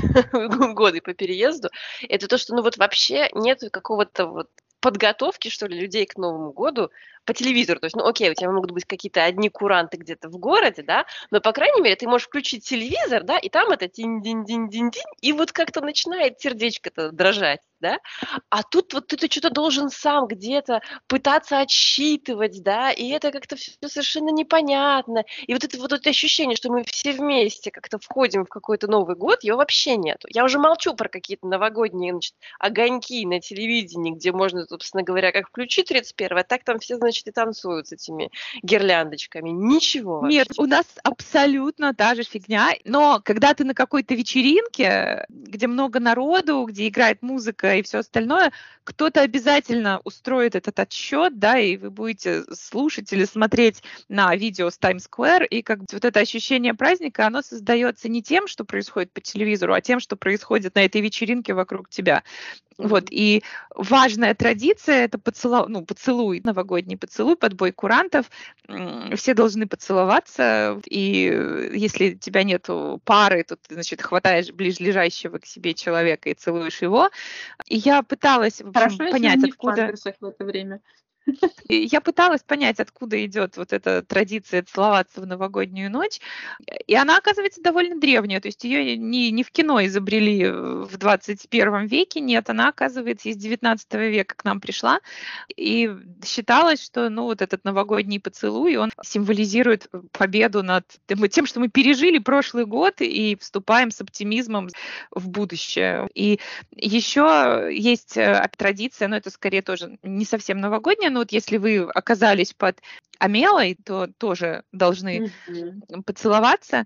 годы по переезду. Это то, что ну вот вообще нет какого-то вот подготовки, что ли, людей к Новому году по телевизору. То есть, ну окей, у тебя могут быть какие-то одни куранты где-то в городе, да, но, по крайней мере, ты можешь включить телевизор, да, и там это тинь-динь-динь-динь-динь, и вот как-то начинает сердечко-то дрожать, да. А тут вот ты что-то должен сам где-то пытаться отсчитывать, да, и это как-то все совершенно непонятно. И вот это вот это ощущение, что мы все вместе как-то входим в какой-то Новый год, его вообще нету. Я уже молчу про какие-то новогодние, значит, огоньки на телевидении, где можно, собственно говоря, как включить тридцать первое, так там все, значит, значит, и танцуют с этими гирляндочками. Ничего вообще. Нет, у нас абсолютно та же фигня. Но когда ты на какой-то вечеринке, где много народу, где играет музыка и все остальное, кто-то обязательно устроит этот отсчет, да, и вы будете слушать или смотреть на видео с Times Square, и как бы вот это ощущение праздника, оно создается не тем, что происходит по телевизору, а тем, что происходит на этой вечеринке вокруг тебя. Mm-hmm. Вот, и важная традиция – это поцелу... ну, поцелуй, новогодний поцелуй под бой курантов. Все должны поцеловаться, и если у тебя нету пары, то ты, значит, хватаешь ближайшего к себе человека и целуешь его. И я пыталась, в общем, Хорошо, понять, если откуда... в памперсах в это время. Я пыталась понять, откуда идет вот эта традиция целоваться в новогоднюю ночь, и она, оказывается, довольно древняя, то есть ее не, не в кино изобрели в двадцать первом веке, нет, она, оказывается, из девятнадцатого века к нам пришла, и считалось, что, ну, вот этот новогодний поцелуй, он символизирует победу над тем, что мы пережили прошлый год и вступаем с оптимизмом в будущее. И еще есть традиция, но это скорее тоже не совсем новогодняя, но вот если вы оказались под омелой, то тоже должны mm-hmm. поцеловаться.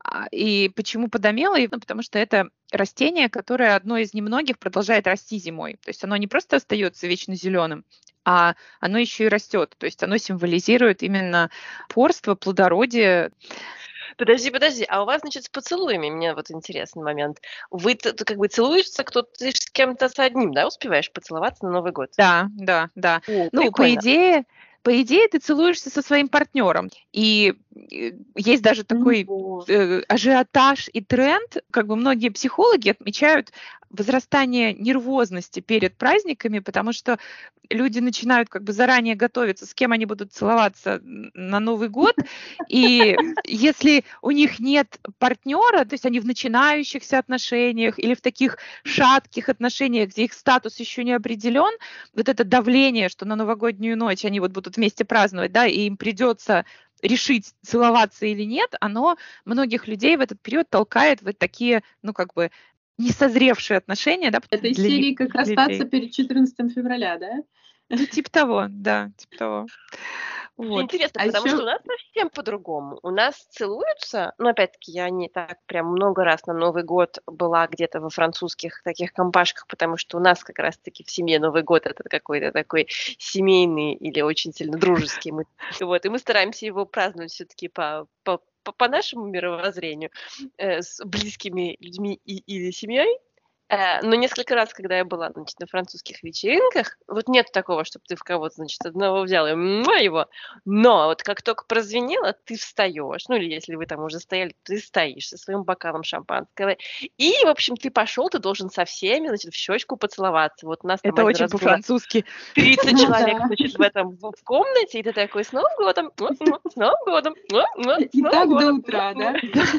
И почему под омелой? Ну, потому что это растение, которое одно из немногих продолжает расти зимой. То есть оно не просто остается вечно зеленым, а оно еще и растет. То есть оно символизирует именно порство, плодородие. Подожди, подожди, а у вас, значит, с поцелуями, мне вот интересный момент. Вы ты, ты как бы целуешься, кто-то ты с кем-то с одним, да, успеваешь поцеловаться на Новый год? Да, да, да. О, ну, по идее, по идее, ты целуешься со своим партнером. И есть даже такой э, ажиотаж и тренд. Как бы многие психологи отмечают возрастание нервозности перед праздниками, потому что люди начинают как бы заранее готовиться, с кем они будут целоваться на Новый год. И если у них нет партнера, то есть они в начинающихся отношениях или в таких шатких отношениях, где их статус еще не определен, вот это давление, что на новогоднюю ночь они вот будут вместе праздновать, да, и им придется решить, целоваться или нет, оно многих людей в этот период толкает в такие, ну, как бы, несозревшие отношения, да. Это из серии «Как расстаться перед четырнадцатым февраля», да? Ну, типа того, да, типа того. Вот. Интересно, а потому еще... что у нас совсем по-другому. У нас целуются, но опять-таки я не так прям много раз на Новый год была где-то во французских таких компашках, потому что у нас как раз-таки в семье Новый год это какой-то такой семейный или очень сильно дружеский. Мы, вот, и мы стараемся его праздновать все-таки по, по, по, по нашему мировоззрению э, с близкими людьми и, или семьей. Но несколько раз, когда я была, значит, на французских вечеринках, вот нет такого, чтобы ты в кого-то, значит, одного взял и муа, его, но вот как только прозвенело, ты встаешь, ну или если вы там уже стояли, ты стоишь со своим бокалом шампанского, и, в общем, ты пошел, ты должен со всеми, значит, в щечку поцеловаться. Вот у нас это очень по-французски. тридцать человек, значит, в этом в комнате, и ты такой, с Новым годом, с Новым годом, с Новым годом. И так до утра, да?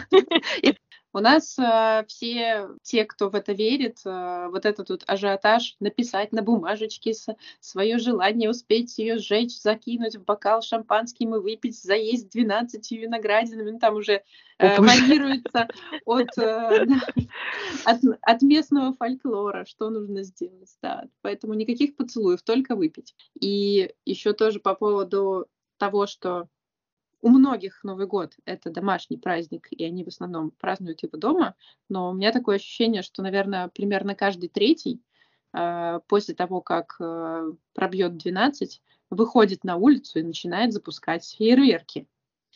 У нас э, все те, кто в это верит, э, вот этот вот ажиотаж написать на бумажечке с, свое желание, успеть ее сжечь, закинуть в бокал шампанским и выпить, заесть двенадцатью виноградинами, ну, там уже э, варьируется от, э, от, от местного фольклора, что нужно сделать. Да. Поэтому никаких поцелуев, только выпить. И еще тоже по поводу того, что у многих Новый год — это домашний праздник, и они в основном празднуют его дома, но у меня такое ощущение, что, наверное, примерно каждый третий э, после того, как э, пробьет двенадцать, выходит на улицу и начинает запускать фейерверки.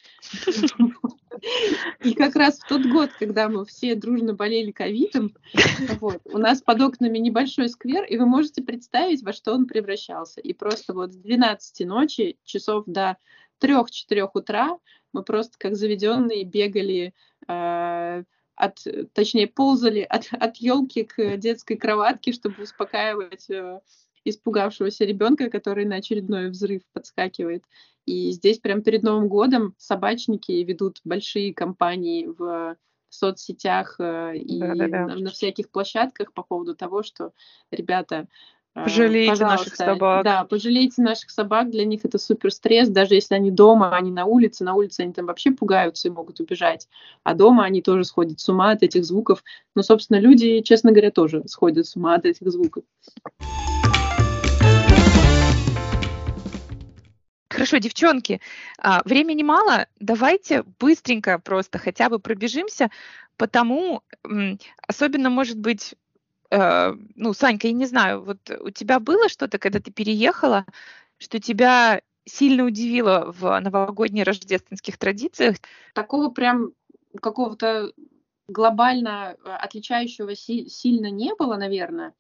И как раз в тот год, когда мы все дружно болели ковидом, вот, у нас под окнами небольшой сквер, и вы можете представить, во что он превращался. И просто вот с двенадцати ночи, часов до трех-четырех утра мы просто как заведенные бегали, э, от, точнее ползали от, от елки к детской кроватке, чтобы успокаивать э, испугавшегося ребенка, который на очередной взрыв подскакивает. И здесь прям перед Новым годом собачники ведут большие кампании в соцсетях э, и Да-да-да. на, на всяких площадках по поводу того, что ребята, пожалейте пожалуйста, наших собак. Да, пожалейте наших собак. Для них это супер стресс. Даже если они дома, они на улице. На улице они там вообще пугаются и могут убежать. А дома они тоже сходят с ума от этих звуков. Но, собственно, люди, честно говоря, тоже сходят с ума от этих звуков. Хорошо, девчонки, а, времени мало, давайте быстренько просто хотя бы пробежимся, потому м, особенно, может быть, э, ну, Санька, я не знаю, вот у тебя было что-то, когда ты переехала, что тебя сильно удивило в новогодних рождественских традициях? Такого прям какого-то глобально э, отличающего си- сильно не было, наверное.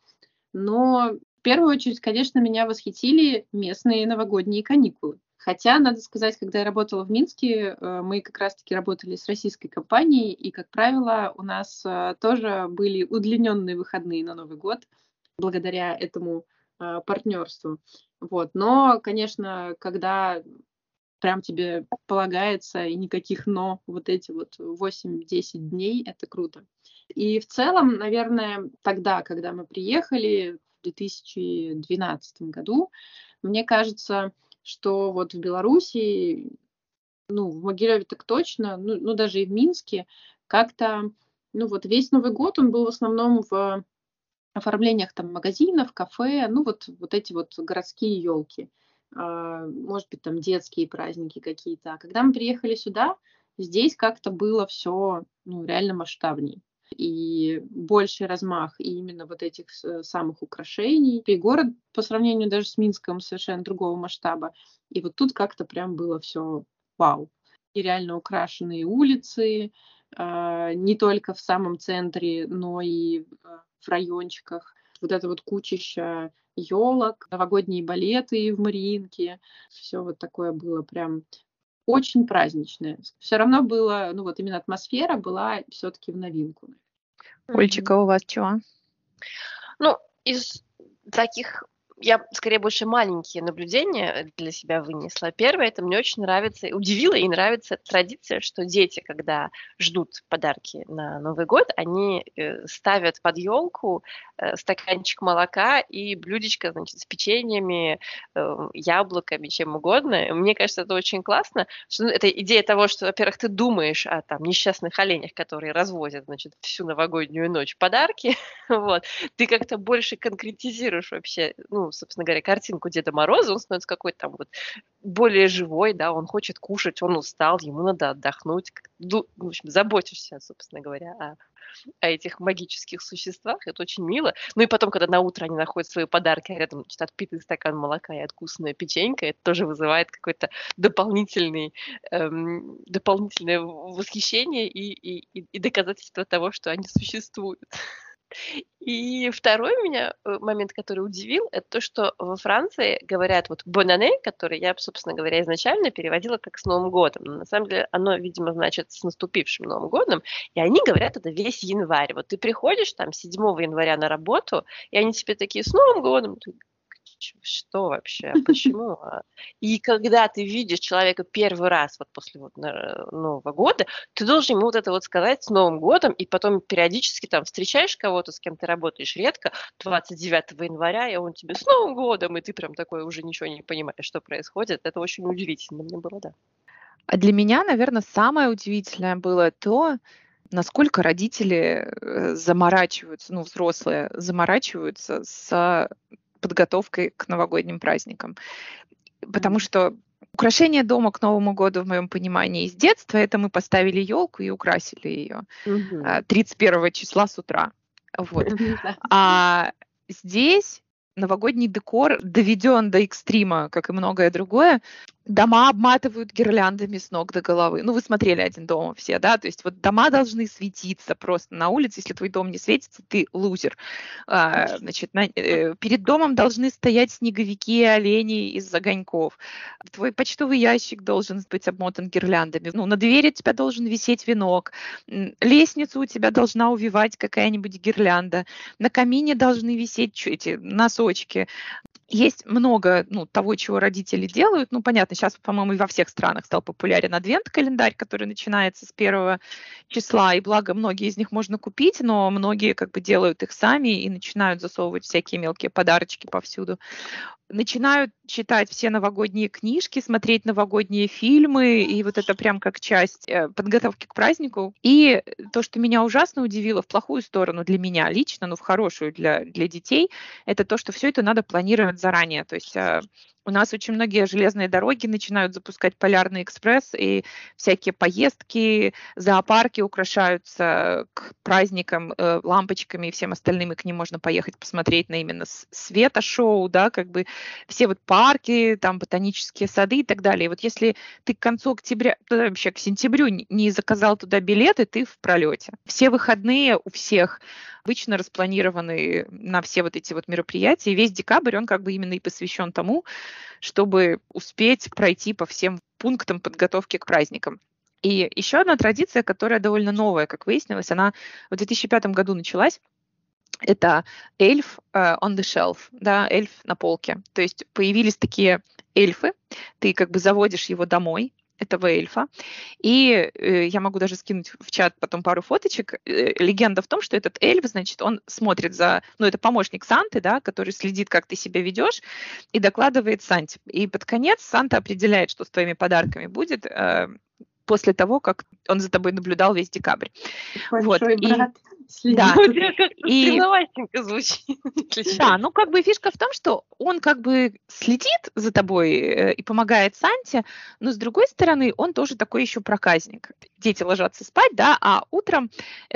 Но в первую очередь, конечно, меня восхитили местные новогодние каникулы. Хотя, надо сказать, когда я работала в Минске, э, мы как раз-таки работали с российской компанией, и, как правило, у нас э, тоже были удлиненные выходные на Новый год благодаря этому э, партнерству. Вот. Но, конечно, когда прям тебе полагается и никаких «но», вот эти вот восемь-десять дней, это круто. И в целом, наверное, тогда, когда мы приехали в две тысячи двенадцатом году, мне кажется, что вот в Беларуси, ну, в Могилеве так точно, ну, ну, даже и в Минске, как-то, ну, вот весь Новый год он был в основном в оформлениях там магазинов, кафе, ну, вот, вот эти вот городские елки. Может быть, там детские праздники какие-то. А когда мы приехали сюда, здесь как-то было все, ну, реально масштабней. И больший размах и именно вот этих с- самых украшений. И город по сравнению даже с Минском совершенно другого масштаба. И вот тут как-то прям было все вау. И реально украшенные улицы, а, не только в самом центре, но и а, в райончиках. Вот это вот кучища елок, новогодние балеты в Мариинке. Все вот такое было прям очень праздничное. Все равно было, ну вот именно атмосфера была все-таки в новинку. Ольчика, у вас чего? Ну, из таких, я скорее больше маленькие наблюдения для себя вынесла. Первое, это мне очень нравится, удивило и нравится традиция, что дети, когда ждут подарки на Новый год, они э, ставят под елку э, стаканчик молока и блюдечко, значит, с печеньями, э, яблоками, чем угодно. И мне кажется, это очень классно. Что, ну, это идея того, что, во-первых, ты думаешь о там несчастных оленях, которые развозят, значит, всю новогоднюю ночь подарки, вот. Ты как-то больше конкретизируешь вообще, ну, собственно говоря, картинку Деда Мороза, он становится какой-то там вот более живой, да, он хочет кушать, он устал, ему надо отдохнуть, ну, в общем, заботишься, собственно говоря, о, о этих магических существах, это очень мило. Ну и потом, когда на утро они находят свои подарки, а рядом, значит, отпитый стакан молока и откусанная печенька, это тоже вызывает какой-то дополнительный, эм, дополнительное восхищение и, и, и, и доказательство того, что они существуют. И второй меня э, момент, который удивил, это то, что во Франции говорят вот «бонане», который я, собственно говоря, изначально переводила как «с Новым годом». Но на самом деле оно, видимо, значит «с наступившим Новым годом», и они говорят это весь январь. Вот ты приходишь там седьмого января на работу, и они тебе такие «с Новым годом». Ты, «Ч- Что вообще? Почему? А?» И когда ты видишь человека первый раз вот после вот на- Нового года, ты должен ему вот это вот сказать «с Новым годом», и потом периодически там встречаешь кого-то, с кем ты работаешь редко, двадцать девятого января, и он тебе «с Новым годом», и ты прям такой уже ничего не понимаешь, что происходит. Это очень удивительно мне было, да. А для меня, наверное, самое удивительное было то, насколько родители э, заморачиваются, ну, взрослые заморачиваются с подготовкой к новогодним праздникам. Потому Мгм. что украшение дома к Новому году, в моем понимании, из детства, это мы поставили елку и украсили ее Мгм. тридцать первого числа с утра. Вот. Да. А здесь новогодний декор доведен до экстрима, как и многое другое. Дома обматывают гирляндами с ног до головы. Ну, вы смотрели «Один дома» все, да? То есть вот дома должны светиться просто на улице. Если твой дом не светится, ты лузер. А, значит, на- э, перед домом должны стоять снеговики и олени из огоньков. Твой почтовый ящик должен быть обмотан гирляндами. Ну, на двери у тебя должен висеть венок. М, Лестницу у тебя должна увивать какая-нибудь гирлянда. На камине должны висеть чё- эти носочки. Есть много, ну, того, чего родители делают. Ну, понятно, сейчас, по-моему, и во всех странах стал популярен адвент-календарь, который начинается с первого числа, и благо многие из них можно купить, но многие как бы делают их сами и начинают засовывать всякие мелкие подарочки повсюду. Начинают читать все новогодние книжки, смотреть новогодние фильмы, и вот это прям как часть э, подготовки к празднику. И то, что меня ужасно удивило в плохую сторону для меня лично, но в хорошую для, для детей, это то, что все это надо планировать заранее. То есть э, У нас очень многие железные дороги начинают запускать Полярный экспресс, и всякие поездки, зоопарки украшаются к праздникам э, лампочками и всем остальным, и к ним можно поехать посмотреть на именно светошоу, да, как бы все вот парки, там ботанические сады и так далее. И вот если ты к концу октября, вообще к сентябрю не заказал туда билеты, ты в пролете. Все выходные у всех обычно распланированы на все вот эти вот мероприятия, и весь декабрь, он как бы именно и посвящен тому, чтобы успеть пройти по всем пунктам подготовки к праздникам. И еще одна традиция, которая довольно новая, как выяснилось, она в две тысячи пятом году началась. Это эльф uh, on the shelf, да, эльф на полке. То есть появились такие эльфы, ты как бы заводишь его домой, этого эльфа. И э, я могу даже скинуть в чат потом пару фоточек. Э, легенда в том, что этот эльф, значит, он смотрит за... Ну, это помощник Санты, да, который следит, как ты себя ведешь, и докладывает Санте. И под конец Санта определяет, что с твоими подарками будет э, после того, как он за тобой наблюдал весь декабрь. Большой вот. брат. И... Да. И... звучит. Да, ну как бы фишка в том, что он как бы следит за тобой э, и помогает Санте, но с другой стороны он тоже такой еще проказник. Дети ложатся спать, да, а утром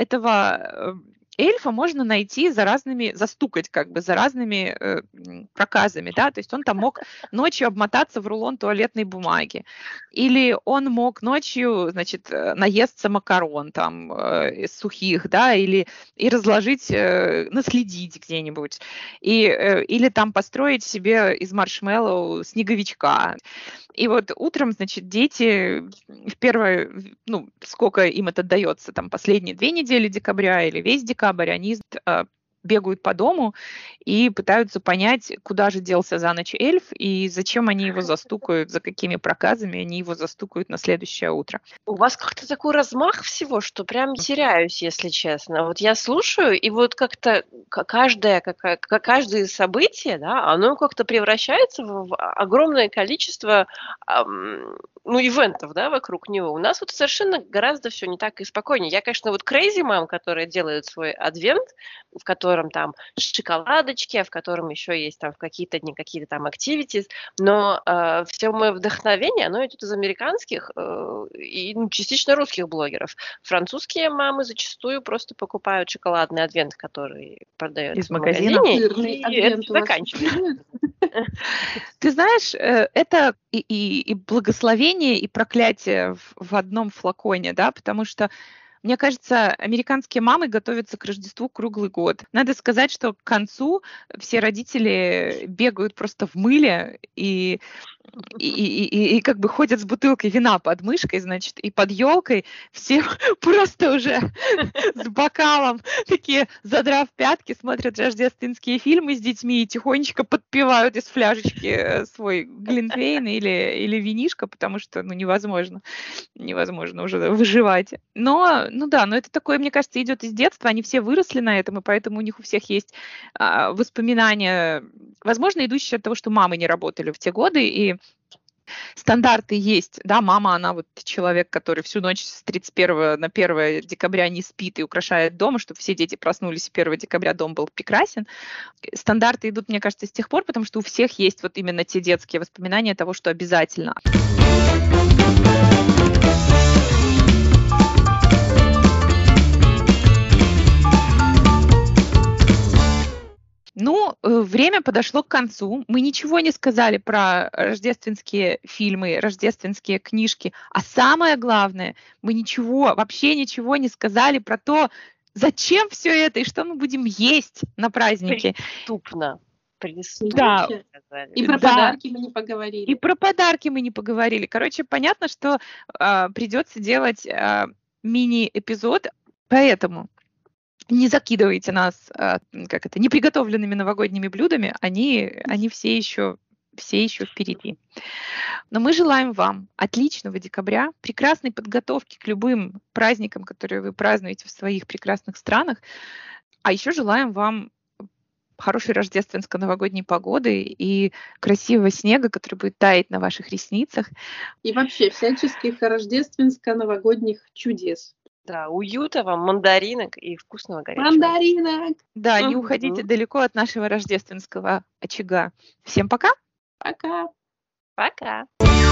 этого эльфа можно найти за разными, застукать как бы за разными э, проказами, да, то есть он там мог ночью обмотаться в рулон туалетной бумаги, или он мог ночью, значит, наесться макарон там э, сухих, да, или и разложить, э, наследить где-нибудь, и, э, или там построить себе из маршмеллоу снеговичка. И вот утром, значит, дети в первое, ну, сколько им это дается, там, последние две недели декабря или весь декабрь, они э, бегают по дому и пытаются понять, куда же делся за ночь эльф и зачем они его застукают, за какими проказами они его застукают на следующее утро. У вас как-то такой размах всего, что прям теряюсь, если честно. Вот я слушаю, и вот как-то каждое, как, каждое событие, да, оно как-то превращается в огромное количество эм, ну, ивентов, да, вокруг него. У нас вот совершенно гораздо все не так и спокойнее. Я, конечно, вот crazy mom, которая делает свой адвент, в котором там шоколадочки, в котором еще есть там в какие-то дни какие-то там activities, но э, все мое вдохновение, оно идет из американских э, и ну, частично русских блогеров. Французские мамы зачастую просто покупают шоколадный адвент, который продается из в магазина. магазине, и это заканчивается. Ты знаешь, это и, и, и благословение, и проклятие в, в одном флаконе, да, потому что мне кажется, американские мамы готовятся к Рождеству круглый год. Надо сказать, что к концу все родители бегают просто в мыле и, и, и, и, и как бы ходят с бутылкой вина под мышкой, значит, и под елкой все просто уже с бокалом, такие, задрав пятки, смотрят рождественские фильмы с детьми и тихонечко подпивают из фляжечки свой глинтвейн или, или винишко, потому что, ну, невозможно, невозможно уже выживать. Но Ну да, но это такое, мне кажется, идет из детства, они все выросли на этом, и поэтому у них у всех есть а, воспоминания, возможно, идущие от того, что мамы не работали в те годы, и стандарты есть, да, мама, она вот человек, который всю ночь с тридцать первого на первое декабря не спит и украшает дом, чтобы все дети проснулись, и первого декабря дом был прекрасен. Стандарты идут, мне кажется, с тех пор, потому что у всех есть вот именно те детские воспоминания того, что обязательно. Ну, время подошло к концу. Мы ничего не сказали про рождественские фильмы, рождественские книжки. А самое главное, мы ничего, вообще ничего не сказали про то, зачем все это и что мы будем есть на празднике. Преступно. Преступно. Да. И про да. подарки мы не поговорили. И про подарки мы не поговорили. Короче, понятно, что э, придется делать э, мини-эпизод, поэтому... Не закидывайте нас, как это, неприготовленными новогодними блюдами, они, они все еще, все еще впереди. Но мы желаем вам отличного декабря, прекрасной подготовки к любым праздникам, которые вы празднуете в своих прекрасных странах. А еще желаем вам хорошей рождественско-новогодней погоды и красивого снега, который будет таять на ваших ресницах. И вообще всяческих рождественско-новогодних чудес. Да, уюта вам, мандаринок и вкусного горячего. Мандаринок! Да, не уходите далеко от нашего рождественского очага. Всем пока! Пока! Пока!